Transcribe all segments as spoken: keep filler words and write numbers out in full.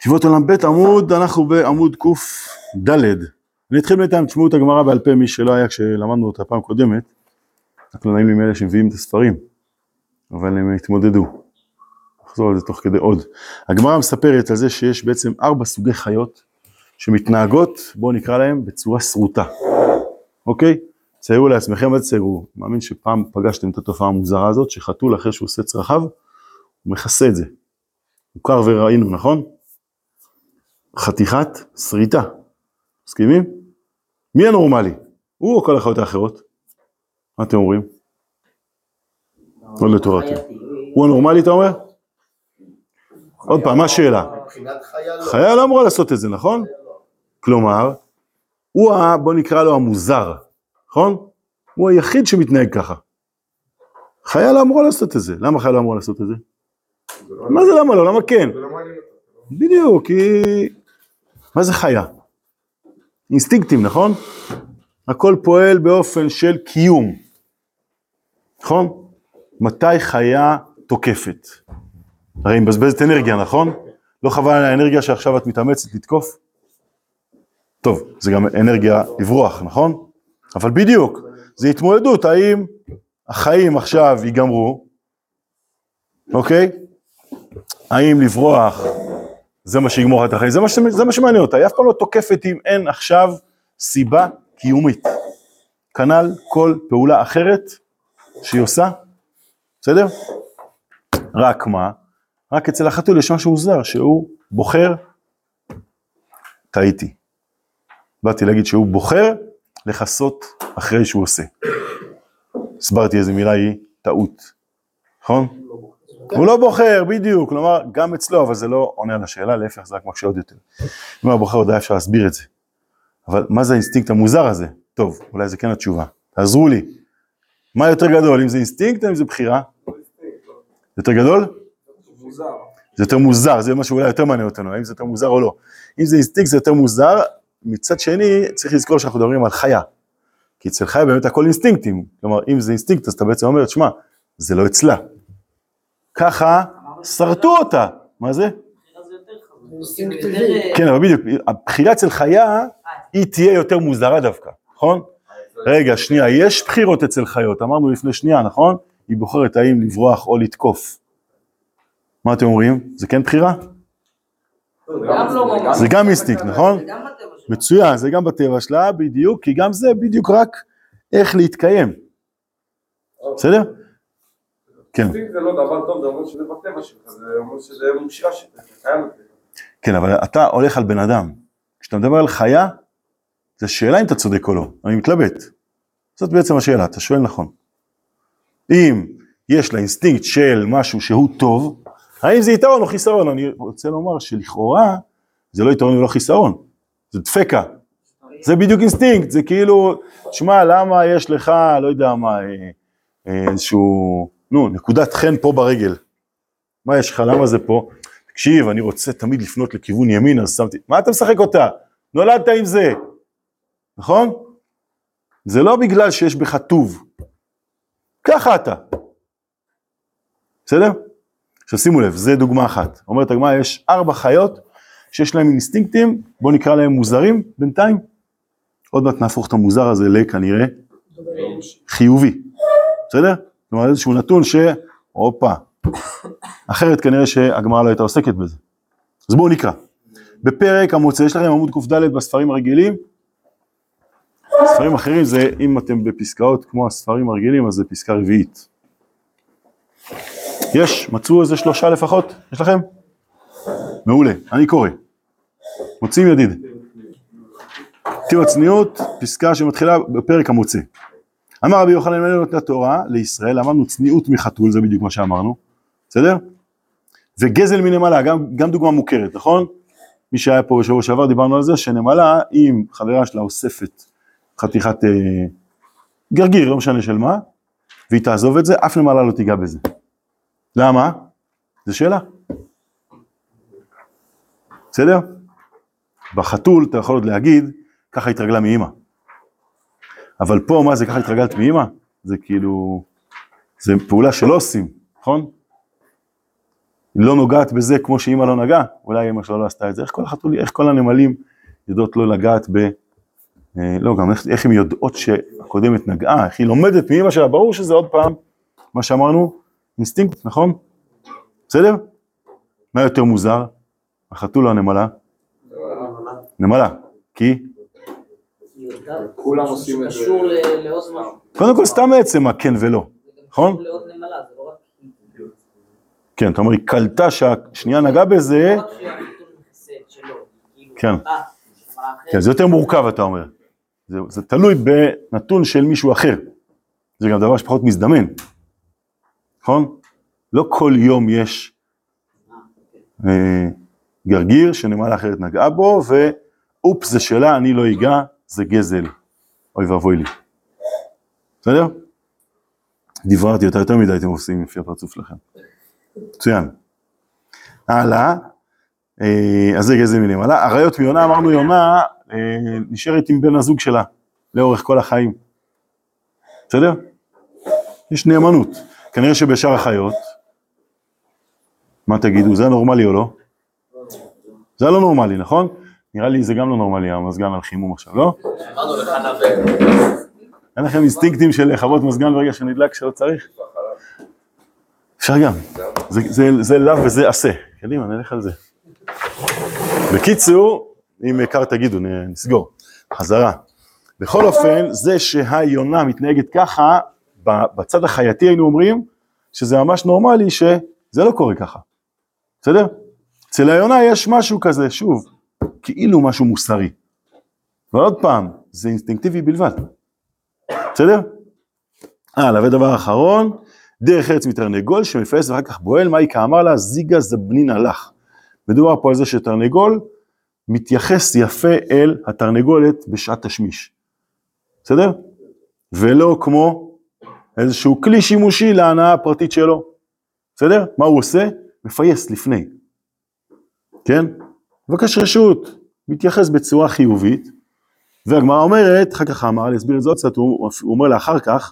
ישיבות עולם ב' עמוד, אנחנו בעמוד קוף ד'. אני אתחיל בינתיים, תשמעו את הגמרא בעל פה, מי שלא היה כשלמדנו אותה פעם קודמת, רק לא נעים לי מאלה שמביאים את הספרים, אבל הם התמודדו. נחזור על זה תוך כדי עוד. הגמרא מספרת על זה שיש בעצם ארבע סוגי חיות שמתנהגות, בואו נקרא להם, בצורה סרוטה. אוקיי? ציירו לעצמכם, מה תציירו? מאמין שפעם פגשתם את התופעה המוזרה הזאת, שחתול אחרי שהוא עושה צרכיו, הוא מכסה את זה. מוכר וראינו, נכון? חתיכת שריטה. מסכימים? מי הנורמלי? הוא או כל החיות האחרות? מה אתם אומרים? לא לתורתי. הוא הנורמלי, אתה אומר? עוד פעם, מה השאלה? חיה לא אמורה לעשות את זה, נכון? כלומר, הוא, בוא נקרא לו המוזר, נכון? הוא היחיד שמתנהג ככה. חיה לא אמורה לעשות את זה. למה חיה לא אמורה לעשות את זה? מה זה למה לא? למה כן? בדיוק, כי... מה זה חיה? אינסטינקטים, נכון? הכל פועל באופן של קיום. נכון? מתי חיה תוקפת? הרי היא מבזבזת אנרגיה, נכון? לא חבל על האנרגיה שעכשיו את מתאמצת לתקוף? טוב, זה גם אנרגיה לברוח, נכון? אבל בדיוק, זה התמודדות, האם החיים עכשיו ייגמרו, אוקיי? האם לברוח, זה מה שיגמור את החיים, זה מה, זה מה שמעניין אותה, היא אף פעם לא תוקפת אם אין עכשיו סיבה קיומית. כנ"ל כל פעולה אחרת שהיא עושה, בסדר? רק מה? רק אצל החתול יש משהו מוזר, שהוא בוחר, טעיתי. באתי להגיד שהוא בוחר לחסות אחרי שהוא עושה. הסברתי איזה מילה היא טעות, נכון? הוא לא בוחר, בדיוק, כלומר, גם אצלו, אבל זה לא עונה על השאלה, להפך, זה רק מקשה עוד יותר. אם הוא בוחר, עוד היה אפשר להסביר את זה. אבל מה זה האינסטינקט המוזר הזה? טוב, אולי זה כן התשובה. תעזרו לי. מה יותר גדול, אם זה אינסטינקט או אם זה בחירה? יותר גדול? מוזר. זה יותר מוזר, זה משהו אולי יותר מעניין אותנו, האם זה יותר מוזר או לא. אם זה אינסטינקט זה יותר מוזר, מצד שני צריך לזכור שאנחנו מדברים על חיה. כי אצל חיה באמת הכל אינסטינקטים. כלומר, אם זה אינסטינקט, אז אתה בעצם אומר, תשמע, זה לא אצלה. ככה שרטו אותה. מה זה? כן, אבל בדיוק, הבחירה אצל חיה, היא תהיה יותר מוזרה דווקא, נכון? רגע, שנייה, יש בחירות אצל חיות, אמרנו לפני שנייה, נכון? היא בוחרת האם לברוח או לתקוף. מה אתם אומרים? זה כן בחירה? זה גם אינסטינקט, נכון? מצוין, זה גם בטבע שלה, בדיוק, כי גם זה בדיוק רק איך להתקיים. בסדר? כן. אינסטינקט זה לא דבר טוב, זה אומר שזה בטבע שלך, זה אומר שזה מושרש שאתה קיים בטבע. כן, אבל אתה הולך על בן אדם. כשאתה מדבר על חיה, זה שאלה אם אתה צודק או לא. אני מתלבט. זאת בעצם השאלה, אתה שואל נכון. אם יש לה אינסטינקט של משהו שהוא טוב, האם זה יתרון או חיסרון? אני רוצה לומר שלכאורה, זה לא יתרון ולא חיסרון. זה דפקה. זה בדיוק אינסטינקט, זה כאילו, תשמע, למה יש לך, לא יודע מה, איזשהו, נו, נקודת חן פה ברגל. מה יש לך, למה זה פה? תקשיב, אני רוצה תמיד לפנות לכיוון ימין, אז שמתי, מה אתה משחק אותה? נולדת עם זה, נכון? זה לא בגלל שיש בך טוב, ככה אתה. בסדר? עכשיו שימו לב, זה דוגמה אחת. אומרת הגמרא, יש ארבע חיות שיש להם אינסטינקטים, בואו נקרא להם מוזרים בינתיים. עוד מעט נהפוך את המוזר הזה לכנראה חיובי. בסדר? כלומר איזשהו נתון ש... הופה. אחרת כנראה שהגמרא לא הייתה עוסקת בזה. אז בואו נקרא. בפרק המוצא, יש לכם עמוד קוף ד' בספרים הרגילים. ספרים אחרים זה, אם אתם בפסקאות כמו הספרים הרגילים, אז זה פסקה רביעית. יש, מצאו איזה שלושה לפחות, יש לכם? מעולה, אני קורא. מוצאים ידיד. תראו הצניעות, פסקה שמתחילה בפרק המוצא. אמר רבי יוחנן בן נותני התורה לישראל, אמרנו צניעות מחתול, זה בדיוק מה שאמרנו, בסדר? וגזל מנמלה, גם, גם דוגמה מוכרת, נכון? מי שהיה פה בשבוע שעבר דיברנו על זה, שנמלה, אם חברה שלה אוספת חתיכת אה, גרגיר, לא משנה של מה, והיא תעזוב את זה, אף נמלה לא תיגע בזה. למה? זו שאלה. בסדר? בחתול אתה יכול עוד להגיד, ככה התרגלה מאמא. אבל פה מה זה ככה התרגלת מאמא? זה כאילו, זה פעולה שלא עושים, נכון? לא נוגעת בזה כמו שאמא לא נגעה, אולי אמא שלו לא עשתה את זה, איך כל החתולים, איך כל הנמלים יודעות לא לגעת ב... לא, גם איך, איך הן יודעות שהקודמת נגעה, איך היא לומדת מאמא שלה, ברור שזה עוד פעם, מה שאמרנו, אינסטינקט, נכון? בסדר? מה יותר מוזר? החתול או הנמלה? נמלה, כי? כולם עושים את זה. קשור לעוד משהו. קודם כל סתם בעצם הכן ולא, נכון? לעוד נמלה, זה לא רק... כן, אתה אומר, היא קלטה שהשנייה נגעה בזה, כן, כן, זה יותר מורכב אתה אומר, זה, זה תלוי בנתון של מישהו אחר, זה גם דבר שפחות מזדמן, נכון? לא כל יום יש אה, גרגיר שנמלה אחרת נגעה בו, ואופס זה שלה, אני לא אגע, זה גזל, אוי ואבוי לי, בסדר? דברתי אותה יותר מדי, אתם עושים לפי הפרצוף שלכם. מצוין. הלאה, אז זה גזל מנמלה. הראיות מיונה, אמרנו יונה, נשארת עם בן הזוג שלה, לאורך כל החיים. בסדר? יש נאמנות. כנראה שבשאר החיות, מה תגידו, זה נורמלי או לא? זה לא נורמלי, נכון? נראה לי זה גם לא נורמלי, המזגן על חימום עכשיו, לא? אמרנו לך נבל. אין לכם אינסטינקטים של לכבות מזגן ברגע שנדלק שלא צריך? אפשר גם. זה, זה, זה לאו וזה עשה. קדימה, נלך על זה. בקיצור, אם עיקר תגידו, נסגור. חזרה. בכל אופן, זה שהיונה מתנהגת ככה, בצד החייתי היינו אומרים, שזה ממש נורמלי שזה לא קורה ככה. בסדר? אצל היונה יש משהו כזה, שוב, כאילו משהו מוסרי. ועוד פעם, זה אינסטינקטיבי בלבד. בסדר? הלאה, ודבר אחרון, דרך ארץ מתרנגול שמפייס ואחר כך בועל, מה היא כאמר לה? זיגה זבנין הלך. מדובר פה על זה שתרנגול מתייחס יפה אל התרנגולת בשעת תשמיש. בסדר? ולא כמו איזשהו כלי שימושי להנאה הפרטית שלו. בסדר? מה הוא עושה? מפייס לפני. כן? מבקש רשות, מתייחס בצורה חיובית, והגמרא אומרת, אחר כך אמר, להסביר את זה עוד קצת, הוא אומר לה אחר כך,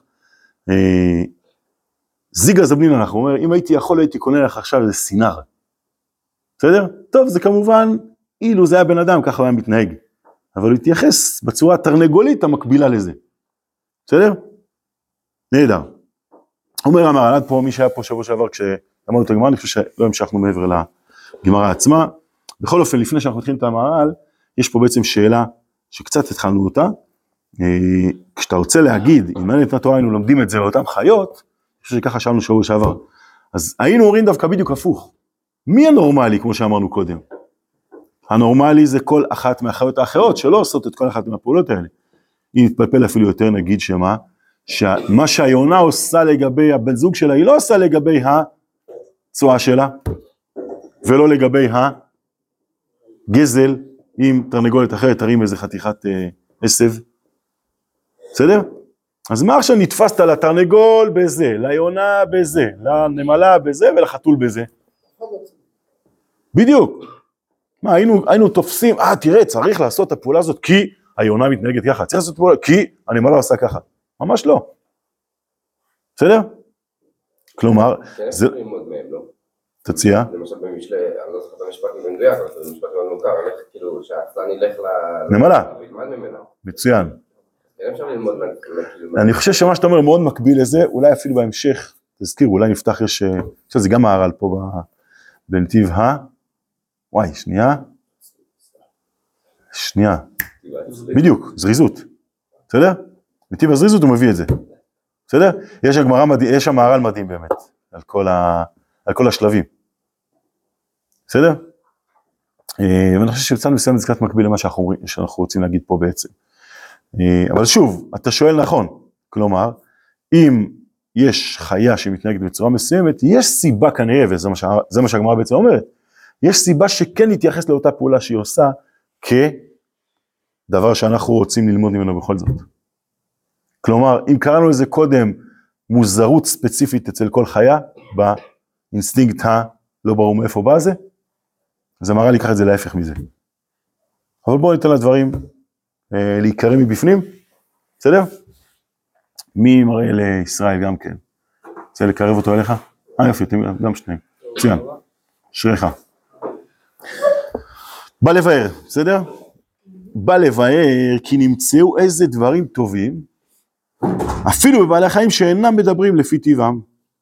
זיגה זבנין הלך, הוא אומר, אם הייתי יכול, הייתי קונה לך עכשיו איזה סינר. בסדר? טוב, זה כמובן, אילו זה היה בן אדם, ככה הוא היה מתנהג. אבל הוא התייחס בצורה תרנגולית המקבילה לזה. בסדר? נהדר. אומר המהר"ל, עד פה, מי שהיה פה שבוע שעבר, כשאמרנו את הגמרא, אני חושב שלא המשכנו מעבר לגמרא עצמה. בכל אופן, לפני שאנחנו מתחילים את המהר"ל, יש פה בעצם שאלה שקצת התחלנו אותה. כשאתה רוצה להגיד, אם אין את התורה, היינו לומדים את זה לאותם חיות, אני חושב שככה שאלנו שבוע שעבר. אז היינו אומרים דווקא בדיוק הפוך. מי הנורמלי, כמו שאמרנו קודם? הנורמלי זה כל אחת מהחיות האחרות, שלא עושות את כל אחת מהפעולות האלה. אם נתפלפל אפילו יותר, נגיד שמה, שמה שהיונה עושה לגבי הבן זוג שלה, היא לא עושה לגבי הצועה שלה, ולא לגבי הגזל, אם תרנגולת אחרת תרים איזה חתיכת אה, עשב. בסדר? אז מה עכשיו נתפסת לתרנגול בזה, ליונה בזה, לנמלה בזה ולחתול בזה? בדיוק. מה, היינו, היינו תופסים, אה, תראה, צריך לעשות את הפעולה הזאת כי היונה מתנהגת ככה, צריך לעשות את הפעולה כי הנמלה עושה ככה. ממש לא. בסדר? כלומר, זה... תציע. למשל במשלי, אני לא זוכר את המשפט במדויק, אבל זה משפט מאוד מוכר, הולך כאילו שהאחסן ילך ל... נמלה. וילמד ממנה. מצוין. כן, אפשר ללמוד ממנה. אני חושב שמה שאתה אומר מאוד מקביל לזה, אולי אפילו בהמשך, תזכיר, אולי נפתח, יש... עכשיו זה גם מהר"ל פה בנתיב ה... וואי, שנייה. שנייה. בדיוק, זריזות. בסדר? נתיב הזריזות הוא מביא את זה. בסדר? יש הגמרא מדהים, יש המהר"ל מדהים באמת, על כל ה... על כל השלבים. בסדר? ואני חושב שבצד מסוים זה קצת מקביל למה שאנחנו, שאנחנו רוצים להגיד פה בעצם. אבל שוב, אתה שואל נכון. כלומר, אם יש חיה שמתנהגת בצורה מסוימת, יש סיבה כנראה, וזה מה, שה, מה שהגמרא בעצם אומרת, יש סיבה שכן נתייחס לאותה פעולה שהיא עושה, כדבר שאנחנו רוצים ללמוד ממנו בכל זאת. כלומר, אם קראנו לזה קודם מוזרות ספציפית אצל כל חיה, באינסטינקט הלא ברור מאיפה בא זה, אז המהר"ל ייקח את זה להפך מזה. אבל בואו ניתן לדברים אה, להיקרא מבפנים, בסדר? מי מראה לישראל גם כן? רוצה לקרב אותו אליך? אה יופי, גם שניים, מצוין. אשריך. בא לבאר, בסדר? בא לבאר כי נמצאו איזה דברים טובים, אפילו בבעלי החיים שאינם מדברים לפי טבעם.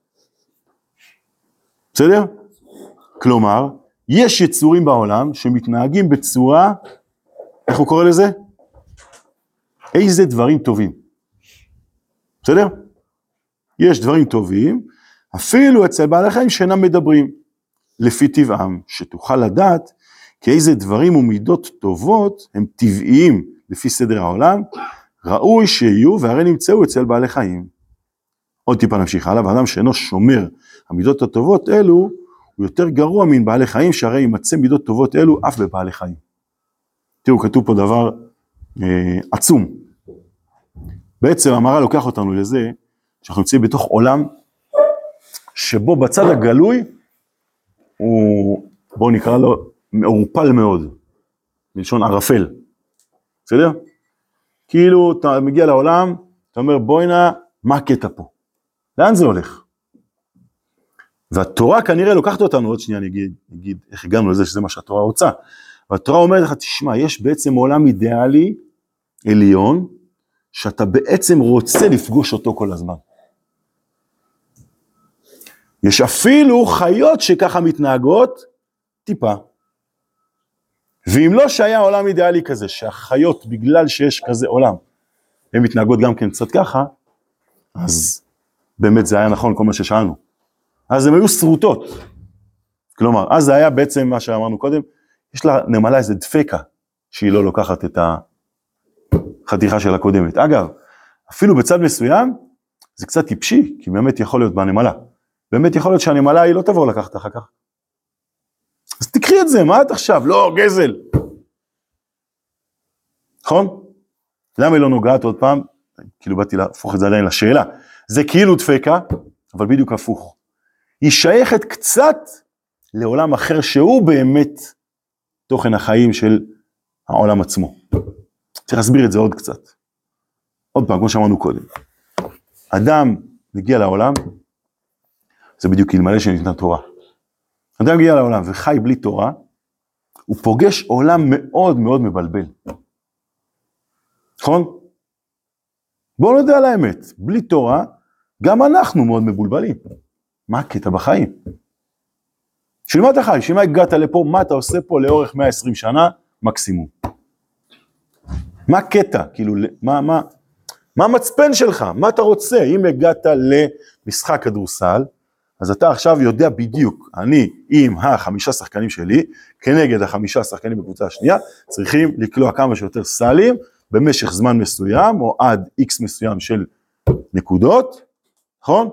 בסדר? כלומר, יש יצורים בעולם שמתנהגים בצורה, איך הוא קורא לזה? איזה דברים טובים. בסדר? יש דברים טובים, אפילו אצל בעלי החיים שאינם מדברים לפי טבעם, שתוכל לדעת כי איזה דברים ומידות טובות הם טבעיים לפי סדר העולם, ראוי שיהיו והרי נמצאו אצל בעלי חיים. עוד טיפה נמשיך הלאה, ואדם שאינו שומר המידות הטובות אלו, הוא יותר גרוע מן בעלי חיים, שהרי יימצא מידות טובות אלו אף בבעלי חיים. תראו, כתוב פה דבר אה, עצום. בעצם המראה לוקח אותנו לזה, שאנחנו נמצאים בתוך עולם, שבו בצד הגלוי, הוא, בואו נקרא לו, מעורפל מאוד, מלשון ערפל. בסדר? כאילו, אתה מגיע לעולם, אתה אומר, בואי נא, מה הקטע פה? לאן זה הולך? והתורה כנראה לוקחת אותנו, עוד שנייה אני אגיד, אגיד איך הגענו לזה שזה מה שהתורה רוצה, והתורה אומרת לך, תשמע, יש בעצם עולם אידיאלי, עליון, שאתה בעצם רוצה לפגוש אותו כל הזמן. יש אפילו חיות שככה מתנהגות, טיפה. ואם לא שהיה עולם אידיאלי כזה, שהחיות בגלל שיש כזה עולם, הן מתנהגות גם כן קצת ככה, אז באמת זה היה נכון כל מה ששאלנו. אז הן היו שרוטות. כלומר, אז זה היה בעצם מה שאמרנו קודם, יש לה נמלה איזה דפקה, שהיא לא לוקחת את החתיכה של הקודמת. אגב, אפילו בצד מסוים, זה קצת טיפשי, כי באמת יכול להיות בנמלה. באמת יכול להיות שהנמלה היא לא תבוא לקחת אחר כך. אז תקחי את זה, מה את עכשיו? לא, גזל. נכון? למה היא לא נוגעת עוד פעם? כאילו באתי להפוך את זה עדיין לשאלה. זה כאילו דפקה, אבל בדיוק הפוך. היא שייכת קצת לעולם אחר שהוא באמת תוכן החיים של העולם עצמו. צריך להסביר את זה עוד קצת. עוד פעם, כמו שאמרנו קודם. אדם מגיע לעולם, זה בדיוק אלמלא שניתנה תורה. אדם מגיע לעולם וחי בלי תורה, הוא פוגש עולם מאוד מאוד מבלבל. נכון? בואו נדע על האמת, בלי תורה, גם אנחנו מאוד מבולבלים. מה הקטע בחיים? בשביל מה אתה חי? בשביל מה הגעת לפה? מה אתה עושה פה לאורך מאה ועשרים שנה? מקסימום. מה הקטע? כאילו, מה, מה, מה המצפן שלך? מה אתה רוצה? אם הגעת למשחק כדורסל, אז אתה עכשיו יודע בדיוק, אני עם החמישה שחקנים שלי, כנגד החמישה שחקנים בקבוצה השנייה, צריכים לקלוע כמה שיותר סלים, במשך זמן מסוים, או עד איקס מסוים של נקודות, נכון?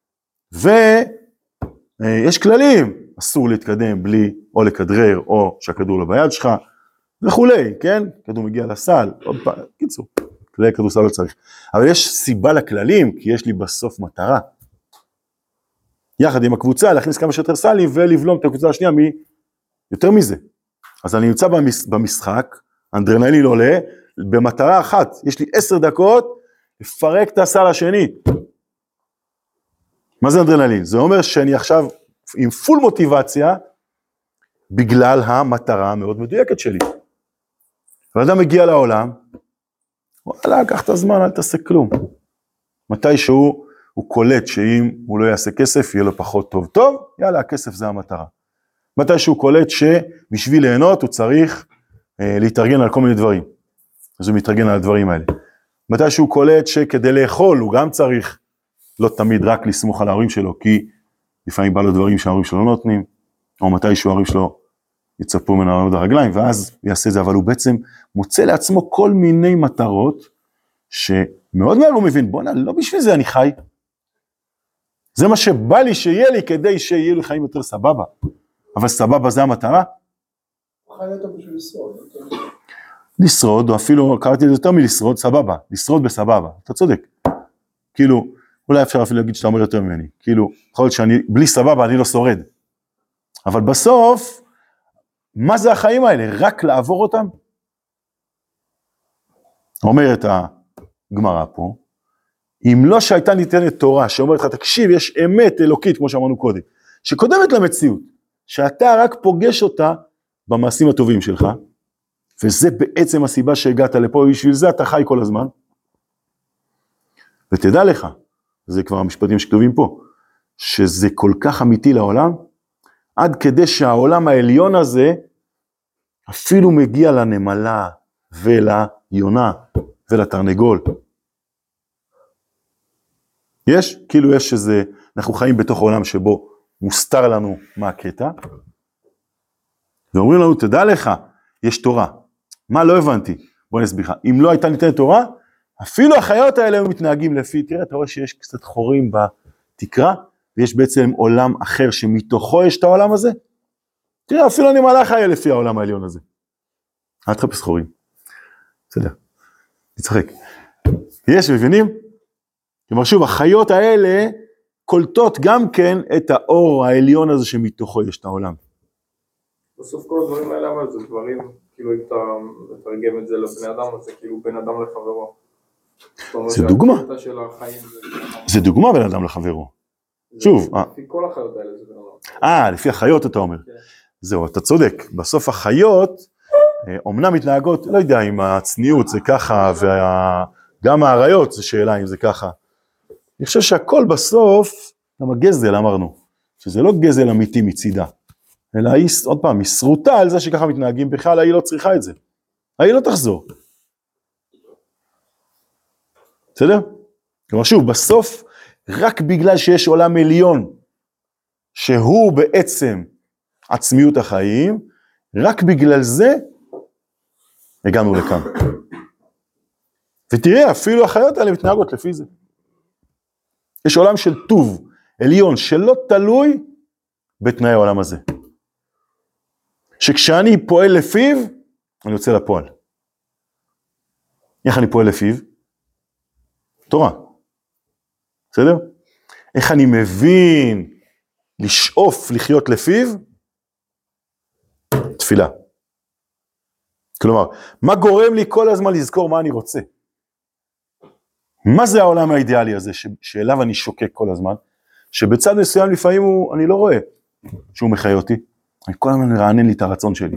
ויש כללים, אסור להתקדם בלי או לכדרר, או שהכדור לא ביד שלך, וכולי, כן? כדור מגיע לסל, עוד פעם, קיצור, כללי כדורסל לא צריך. אבל יש סיבה לכללים, כי יש לי בסוף מטרה. יחד עם הקבוצה, להכניס כמה שיותר סלים, ולבלום את הקבוצה השנייה מי... יותר מזה. אז אני נמצא במשחק, אנדרנלין עולה, במטרה אחת, יש לי עשר דקות, לפרק את הסל השני. מה זה אנדרנלין? זה אומר שאני עכשיו עם פול מוטיבציה, בגלל המטרה המאוד מדויקת שלי. ואדם מגיע לעולם, וואלה, קח את הזמן, אל תעשה כלום. מתישהו הוא קולט שאם הוא לא יעשה כסף, יהיה לו פחות טוב. טוב, יאללה, הכסף זה המטרה. מתישהו קולט שבשביל ליהנות הוא צריך אה, להתארגן על כל מיני דברים. אז הוא מתארגן על הדברים האלה. מתישהו קולט שכדי לאכול הוא גם צריך לא תמיד רק לסמוך על ההורים שלו, כי לפעמים בא לו דברים שההורים שלו לא נותנים, או מתישהו ההורים שלו יצפו ממנו לעמוד הרגליים, ואז יעשה את זה, אבל הוא בעצם מוצא לעצמו כל מיני מטרות, שמאוד מהר הוא מבין, בוא נה, לא בשביל זה אני חי, זה מה שבא לי שיהיה לי, כדי שיהיה לי חיים יותר סבבה, אבל סבבה זה המטרה. הוא חי אותו בשביל לשרוד. לשרוד, או אפילו קראתי את זה יותר מלשרוד, סבבה, לשרוד בסבבה, אתה צודק, כאילו, אולי אפשר אפילו להגיד שאתה אומר יותר ממני, כאילו, יכול להיות שאני, בלי סבבה אני לא שורד, אבל בסוף, מה זה החיים האלה? רק לעבור אותם? אומרת הגמרא פה, אם לא שהייתה ניתנת תורה, שאומרת לך, תקשיב, יש אמת אלוקית, כמו שאמרנו קודם, שקודמת למציאות, שאתה רק פוגש אותה במעשים הטובים שלך, וזה בעצם הסיבה שהגעת לפה, בשביל זה אתה חי כל הזמן. ותדע לך, זה כבר המשפטים שכתובים פה, שזה כל כך אמיתי לעולם, עד כדי שהעולם העליון הזה, אפילו מגיע לנמלה וליונה ולתרנגול. יש, כאילו יש איזה, אנחנו חיים בתוך עולם שבו מוסתר לנו מה הקטע, ואומרים לנו, תדע לך, יש תורה. מה לא הבנתי? בוא נסביר לך. אם לא הייתה ניתנת תורה, אפילו החיות האלה הם מתנהגים לפי, תראה, אתה רואה שיש קצת חורים בתקרה, ויש בעצם עולם אחר שמתוכו יש את העולם הזה. תראה, אפילו אני מלאך חיה לפי העולם העליון הזה. אל תחפש חורים. בסדר, נצחק. יש, מבינים? כלומר שוב, החיות האלה קולטות גם כן את האור העליון הזה שמתוכו יש את העולם. בסוף כל הדברים האלה, אבל זה דברים, כאילו אם אתה מתרגם את זה לבני אדם, אז זה כאילו בן אדם לחברו. זה דוגמה. של החיים זה... זה דוגמה בן אדם לחברו. שוב. לפי כל החיות האלה זה בן אדם. אה, לפי החיות אתה אומר. זהו, אתה צודק. בסוף החיות, אומנם מתנהגות, לא יודע אם הצניעות זה ככה, וגם האריות זה שאלה אם זה ככה. אני חושב שהכל בסוף, למה גזל אמרנו, שזה לא גזל אמיתי מצידה, אלא היא, עוד פעם, היא שרוטה על זה שככה מתנהגים בכלל, היא לא צריכה את זה. היא לא תחזור. בסדר? כלומר שוב, בסוף, רק בגלל שיש עולם עליון, שהוא בעצם עצמיות החיים, רק בגלל זה, הגענו לכאן. ותראה, אפילו החיות האלה מתנהגות לפי זה. יש עולם של טוב, עליון, שלא תלוי בתנאי העולם הזה. שכשאני פועל לפיו, אני יוצא לפועל. איך אני פועל לפיו? תורה. בסדר? איך אני מבין לשאוף לחיות לפיו? תפילה. כלומר, מה גורם לי כל הזמן לזכור מה אני רוצה? מה זה העולם האידיאלי הזה ש- שאליו אני שוקק כל הזמן? שבצד מסוים לפעמים הוא, אני לא רואה שהוא מחיה אותי. אני כל הזמן מרענן לי את הרצון שלי.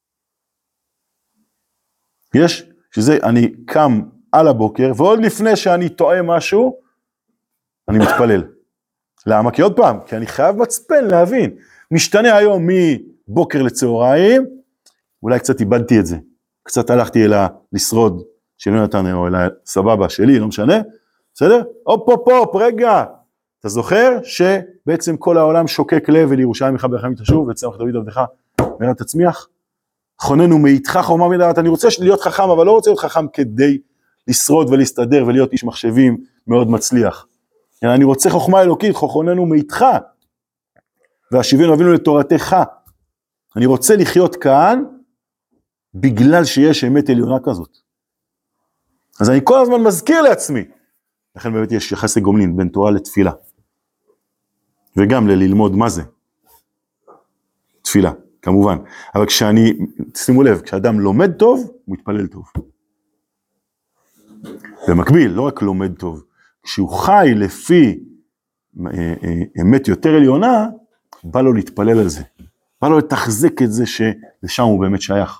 יש, שזה אני קם על הבוקר, ועוד לפני שאני טועה משהו, אני מתפלל. למה? כי עוד פעם, כי אני חייב מצפן להבין. משתנה היום מבוקר לצהריים, אולי קצת איבדתי את זה. קצת הלכתי אלה לשרוד של יונתן, או אלה סבבה שלי, לא משנה. בסדר? הופ, הופ, הופ, רגע. אתה זוכר שבעצם כל העולם שוקק לב ולירושלים יחבר חיים תשוב, וצמח דוד עבדך מרד תצמיח. חוננו מאיתך חומה מדעת, אני רוצה להיות חכם, אבל לא רוצה להיות חכם כדי לשרוד ולהסתדר ולהיות איש מחשבים מאוד מצליח. אני רוצה חוכמה אלוקית, חוננו מאיתך, והשיבנו אבינו לתורתך. אני רוצה לחיות כאן, בגלל שיש אמת עליונה כזאת. אז אני כל הזמן מזכיר לעצמי. לכן באמת יש יחסי גומלין בין תורה לתפילה. וגם לללמוד מה זה. תפילה, כמובן. אבל כשאני, שימו לב, כשאדם לומד טוב, הוא מתפלל טוב. במקביל, לא רק לומד טוב, כשהוא חי לפי אמת יותר עליונה, בא לו להתפלל על זה. בא לו לתחזק את זה שלשם הוא באמת שייך.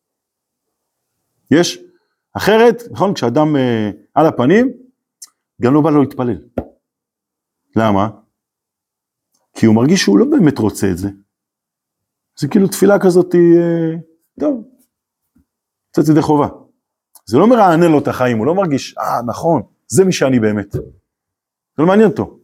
יש? אחרת, נכון, כשאדם אה, על הפנים, גם לא בא לו להתפלל. למה? כי הוא מרגיש שהוא לא באמת רוצה את זה. זה כאילו תפילה כזאת, אה, טוב, קצת ידי חובה. זה לא מרענן לו את החיים, הוא לא מרגיש, אה, נכון, זה מי שאני באמת. זה לא מעניין אותו.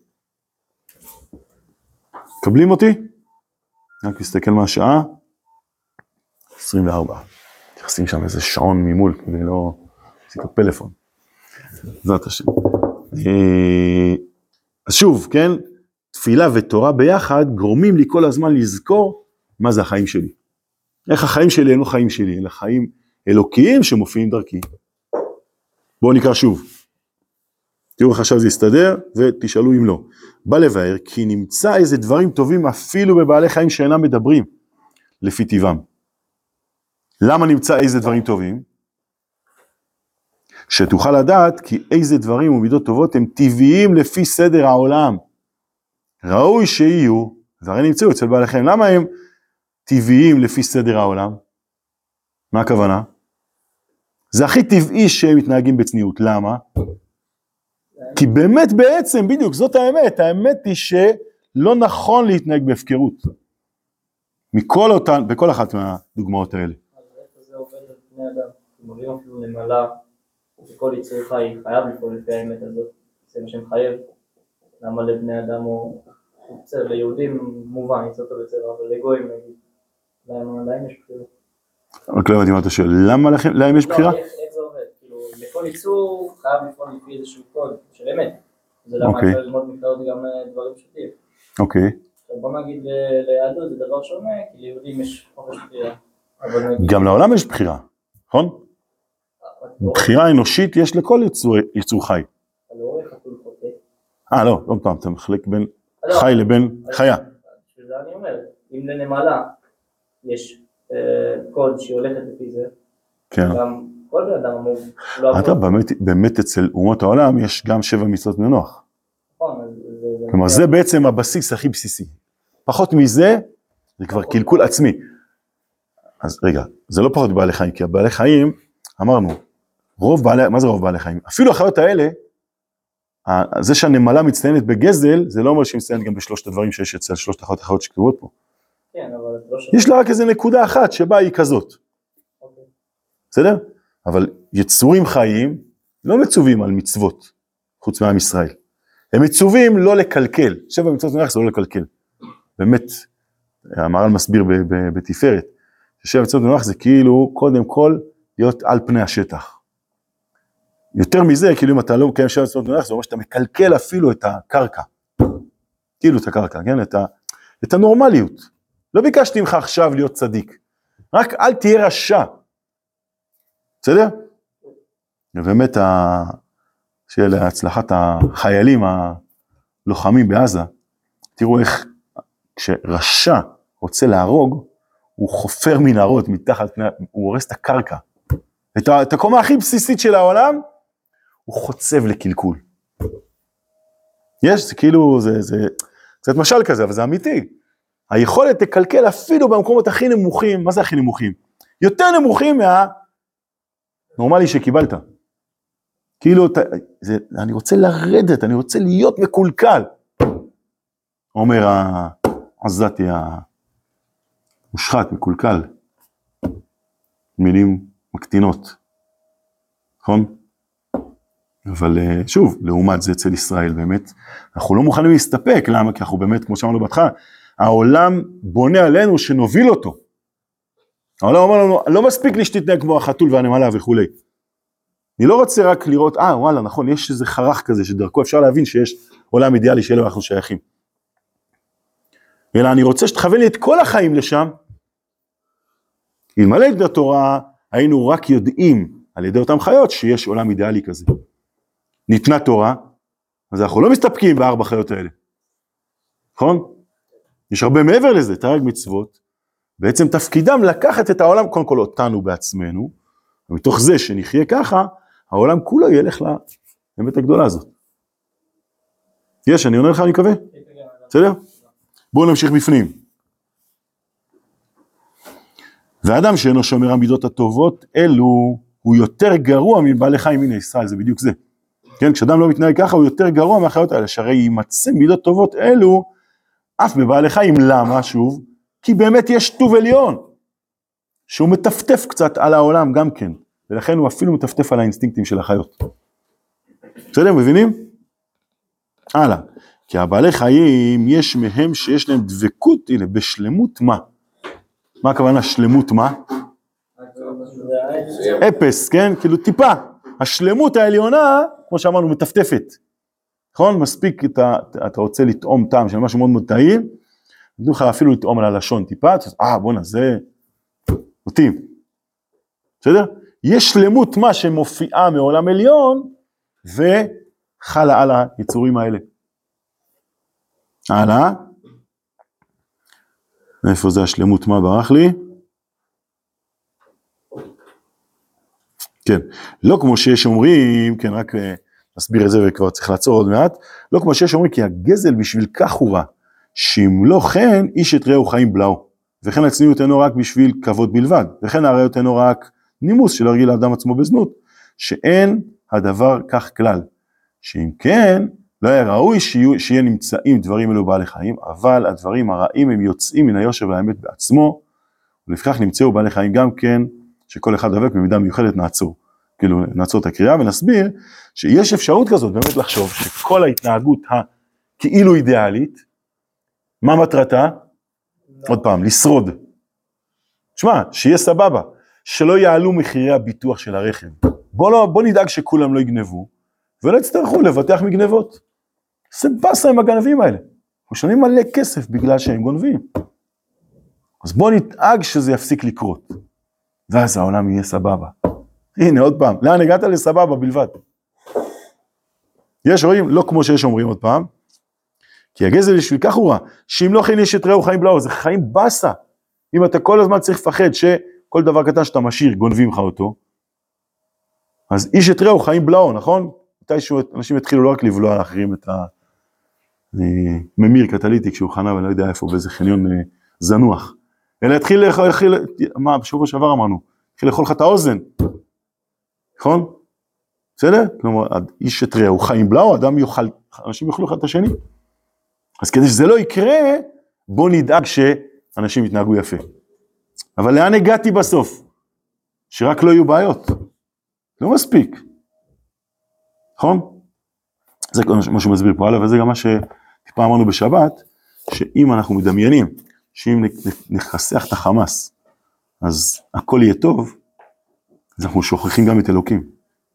קבלים אותי? רק מסתכל מה השעה, עשרים וארבע. תכנסים שם איזה שעון ממול, כדי לא עשיתי פלאפון. זאת השם. אז שוב, כן, תפילה ותורה ביחד, גורמים לי כל הזמן לזכור מה זה החיים שלי. איך החיים שלי הם לא חיים שלי, אלא חיים אלוקיים שמופיעים דרכי. בואו נקרא שוב. תראו איך עכשיו זה יסתדר, ותשאלו אם לא. בא לבאר, כי נמצא איזה דברים טובים אפילו בבעלי חיים שאינם מדברים, לפי טבעם. למה נמצא איזה דברים טובים? שתוכל לדעת כי איזה דברים ומידות טובות הם טבעיים לפי סדר העולם. ראוי שיהיו, והרי נמצאו אצל בעלי חיים. למה הם טבעיים לפי סדר העולם. מה הכוונה? זה הכי טבעי שהם מתנהגים בצניעות. למה? כי באמת בעצם, בדיוק, זאת האמת. האמת היא שלא נכון להתנהג בהפקרות. מכל אותן, בכל אחת מהדוגמאות האלה. אז איך זה עובד על בני אדם? מורים אפילו נמלה, וכל יצור חי חייב לפעול לפי האמת הזאת. זה מה שמחייב. למה לבני אדם הוא בסדר, ליהודים מובן, יצא אותו בצבע, אבל לגויים נגיד. להם יש בחירה. רק לא הבנתי מה אתה שואל, למה להם יש בחירה? לא, איך זה עובד? כאילו, לכל יצור חייב לפעול לפי איזשהו קוד של אמת. זה למה אפשר ללמוד מקראות גם דברים פשוטים. אוקיי. עכשיו בוא נגיד ליהדות זה דבר שונה, כי ליהודים יש חופש בחירה. גם לעולם יש בחירה, נכון? בחירה אנושית יש לכל יצור חי. אתה לא רואה חתול חוטא? אה, לא, עוד פעם, אתה מחלק בין חי לבין חיה. בשביל זה אני אומר, אם לנמלה יש קוד שהיא הולכת לפי זה, גם כל בן אדם אמור... אתה באמת אצל אומות העולם יש גם שבע מצוות בני נוח. נכון, אז זה... כלומר, זה בעצם הבסיס הכי בסיסי. פחות מזה, זה כבר קלקול עצמי. אז רגע, זה לא פחות בעלי חיים, כי הבעלי חיים, אמרנו, רוב בעלי, מה זה רוב בעלי חיים? אפילו החיות האלה, זה שהנמלה מצטיינת בגזל, זה לא אומר שהיא מצטיינת גם בשלושת הדברים שיש אצל שלושת החיות החיות שכתובות פה. כן, אבל... יש לה רק איזה נקודה אחת שבה היא כזאת. בסדר? אבל יצורים חיים לא מצווים על מצוות, חוץ מעם ישראל. הם מצווים לא לקלקל. שבע מצוות בני נוח זה לא לקלקל. באמת, המהר"ל מסביר בתפארת, ששבע מצוות בני נוח זה כאילו קודם כל להיות על פני השטח. יותר מזה, כאילו אם אתה לא מקיים שבע מצוות בני נוח, זה אומר שאתה מקלקל אפילו את הקרקע. כאילו את הקרקע, כן? את, ה, את הנורמליות. לא ביקשתי ממך עכשיו להיות צדיק. רק אל תהיה רשע. בסדר? ובאמת, של הצלחת החיילים הלוחמים בעזה, תראו איך כשרשע רוצה להרוג, הוא חופר מנהרות מתחת, הוא הורס את הקרקע. את, את הקומה הכי בסיסית של העולם, הוא חוצב לקלקול. יש, זה כאילו, זה, זה, זה את משל כזה, אבל זה אמיתי. היכולת לקלקל אפילו במקומות הכי נמוכים, מה זה הכי נמוכים? יותר נמוכים מה... נורמלי שקיבלת. כאילו, זה, אני רוצה לרדת, אני רוצה להיות מקולקל. אומר העזתי המושחת, מקולקל. מילים מקטינות. נכון? אבל שוב, לעומת זה אצל ישראל באמת, אנחנו לא מוכנים להסתפק, למה? כי אנחנו באמת, כמו שאמרנו בהתחלה, העולם בונה עלינו שנוביל אותו. העולם אומר לנו, לא מספיק לי שתתנהג כמו החתול והנמלה וכו'. אני לא רוצה רק לראות, אה וואלה נכון, יש איזה חרך כזה שדרכו אפשר להבין שיש עולם אידיאלי שאלו אנחנו שייכים. אלא אני רוצה שתכוון לי את כל החיים לשם. אלמלא את התורה, היינו רק יודעים על ידי אותם חיות שיש עולם אידיאלי כזה. ניתנה תורה, אז אנחנו לא מסתפקים בארבע חיות האלה. נכון? יש הרבה מעבר לזה, תרי"ג מצוות, בעצם תפקידם לקחת את העולם, קודם כל אותנו בעצמנו, ומתוך זה שנחיה ככה, העולם כולו ילך לאמת הגדולה הזאת. יש, אני עונה לך, אני מקווה? בסדר? בואו נמשיך בפנים. והאדם שאינו שומר המידות הטובות, אלו הוא יותר גרוע מבעלי חיים מן ישראל, זה בדיוק זה. כן, כשאדם לא מתנהג ככה, הוא יותר גרוע מהחיות האלה, שהרי יימצא מידות טובות אלו, אף בבעלי חיים, למה שוב? כי באמת יש טוב עליון, שהוא מטפטף קצת על העולם גם כן, ולכן הוא אפילו מטפטף על האינסטינקטים של החיות. בסדר, מבינים? הלאה. כי הבעלי חיים, יש מהם שיש להם דבקות, הנה, בשלמות מה? מה הכוונה שלמות מה? אפס, כן? כאילו טיפה. השלמות העליונה, כמו שאמרנו, מטפטפת. נכון? מספיק, אתה, אתה רוצה לטעום טעם של משהו מאוד מאוד טעים, נתנו לך אפילו לטעום על הלשון טיפה, אה בוא'נה, זה נוטים. בסדר? יש שלמות מה שמופיעה מעולם עליון, וחלה על היצורים האלה. הלאה. איפה זה השלמות מה ברח לי? כן, לא כמו שיש אומרים, כן, רק נסביר את זה וכבר צריך לעצור עוד מעט, לא כמו שיש אומרים, כי הגזל בשביל כך הוא רע, שאם לא כן, איש את רעהו חיים בלעו. וכן הצניעות אינו רק בשביל כבוד בלבד, וכן העריות אינו רק נימוס של הרגיל האדם עצמו בזנות, שאין הדבר כך כלל, שאם כן, לא היה ראוי שיהיה, שיהיה נמצאים דברים אלו בעלי חיים, אבל הדברים הרעים הם יוצאים מן היושר והאמת בעצמו, ולפכך נמצאו בעלי חיים גם כן, שכל אחד דבק במידה מיוחדת נעצור. כאילו נעצור את הקריאה ונסביר שיש אפשרות כזאת באמת לחשוב שכל ההתנהגות הכאילו אידיאלית, מה מטרתה? עוד פעם, לשרוד. תשמע, שיהיה סבבה, שלא יעלו מחירי הביטוח של הרכב. בוא, לא, בוא נדאג שכולם לא יגנבו, ולא יצטרכו לבטח מגנבות. זה בסה עם הגנבים האלה. משלמים מלא כסף בגלל שהם גונבים. אז בוא נדאג שזה יפסיק לקרות. ואז העולם יהיה סבבה. הנה עוד פעם, לאן הגעת לסבבה בלבד? יש רואים, לא כמו שיש אומרים עוד פעם, כי הגזל בשביל כך הוא רע, שאם לא כן יש את רעהו חיים בלעו, זה חיים בסה. אם אתה כל הזמן צריך לפחד שכל דבר קטן שאתה משאיר, גונבים לך אותו, אז איש את רעהו חיים בלעו, נכון? מתישהו אנשים התחילו לא רק לבלוע לאחרים את הממיר קטליטי, כשהוא חנה ולא יודע איפה, באיזה חניון זנוח, אלא התחיל לאכול, מה בשבוע שעבר אמרנו, התחיל לאכול לך את האוזן, נכון? בסדר? כלומר, איש את רעהו חיים בלעו, אדם יאכל, אנשים יאכלו אחד את השני. אז כדי שזה לא יקרה, בוא נדאג שאנשים יתנהגו יפה. אבל לאן הגעתי בסוף? שרק לא יהיו בעיות. לא מספיק. נכון? זה מה שמסביר פה הלאה, וזה גם מה שטיפה אמרנו בשבת, שאם אנחנו מדמיינים, שאם נחסך את החמאס, אז הכל יהיה טוב, אז אנחנו שוכחים גם את אלוקים.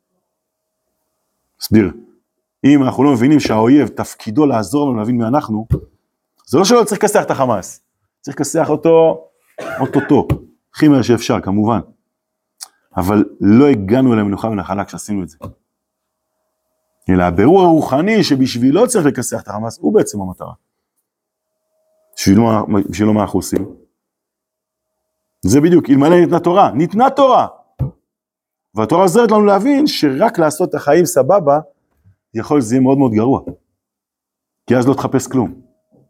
מסביר. אם אנחנו לא מבינים שהאויב תפקידו לעזור לנו להבין מי אנחנו, זה לא שלא צריך כסח את החמאס, צריך כסח אותו, אותו, הכי מהר שאפשר כמובן, אבל לא הגענו אל המנוחה ונחלה כשעשינו את זה. אלא הבירור הרוחני שבשבילו צריך לכסח את החמאס, הוא בעצם המטרה. בשבילו, בשבילו מה אנחנו עושים? זה בדיוק, אלמלא ניתנה תורה, ניתנה תורה, והתורה עוזרת לנו להבין שרק לעשות את החיים סבבה, יכול שזה יהיה מאוד מאוד גרוע, כי אז לא תחפש כלום.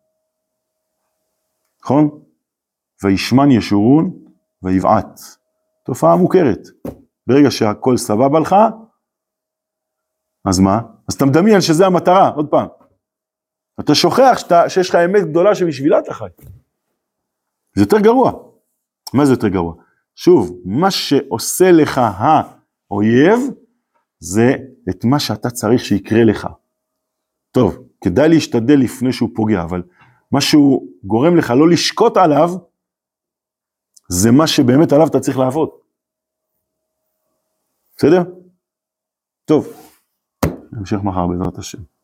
נכון? וישמן ישורון ויבעט. תופעה מוכרת. ברגע שהכל סבבה לך, אז מה? אז אתה מדמיין שזה המטרה, עוד פעם. אתה שוכח שאתה, שיש לך אמת גדולה שבשבילה אתה חי. זה יותר גרוע. מה זה יותר גרוע? שוב, מה שעושה לך האויב, זה את מה שאתה צריך שיקרה לך. טוב, כדאי להשתדל לפני שהוא פוגע, אבל מה שהוא גורם לך לא לשקוט עליו, זה מה שבאמת עליו אתה צריך לעבוד. בסדר? טוב, נמשיך מחר בעזרת השם.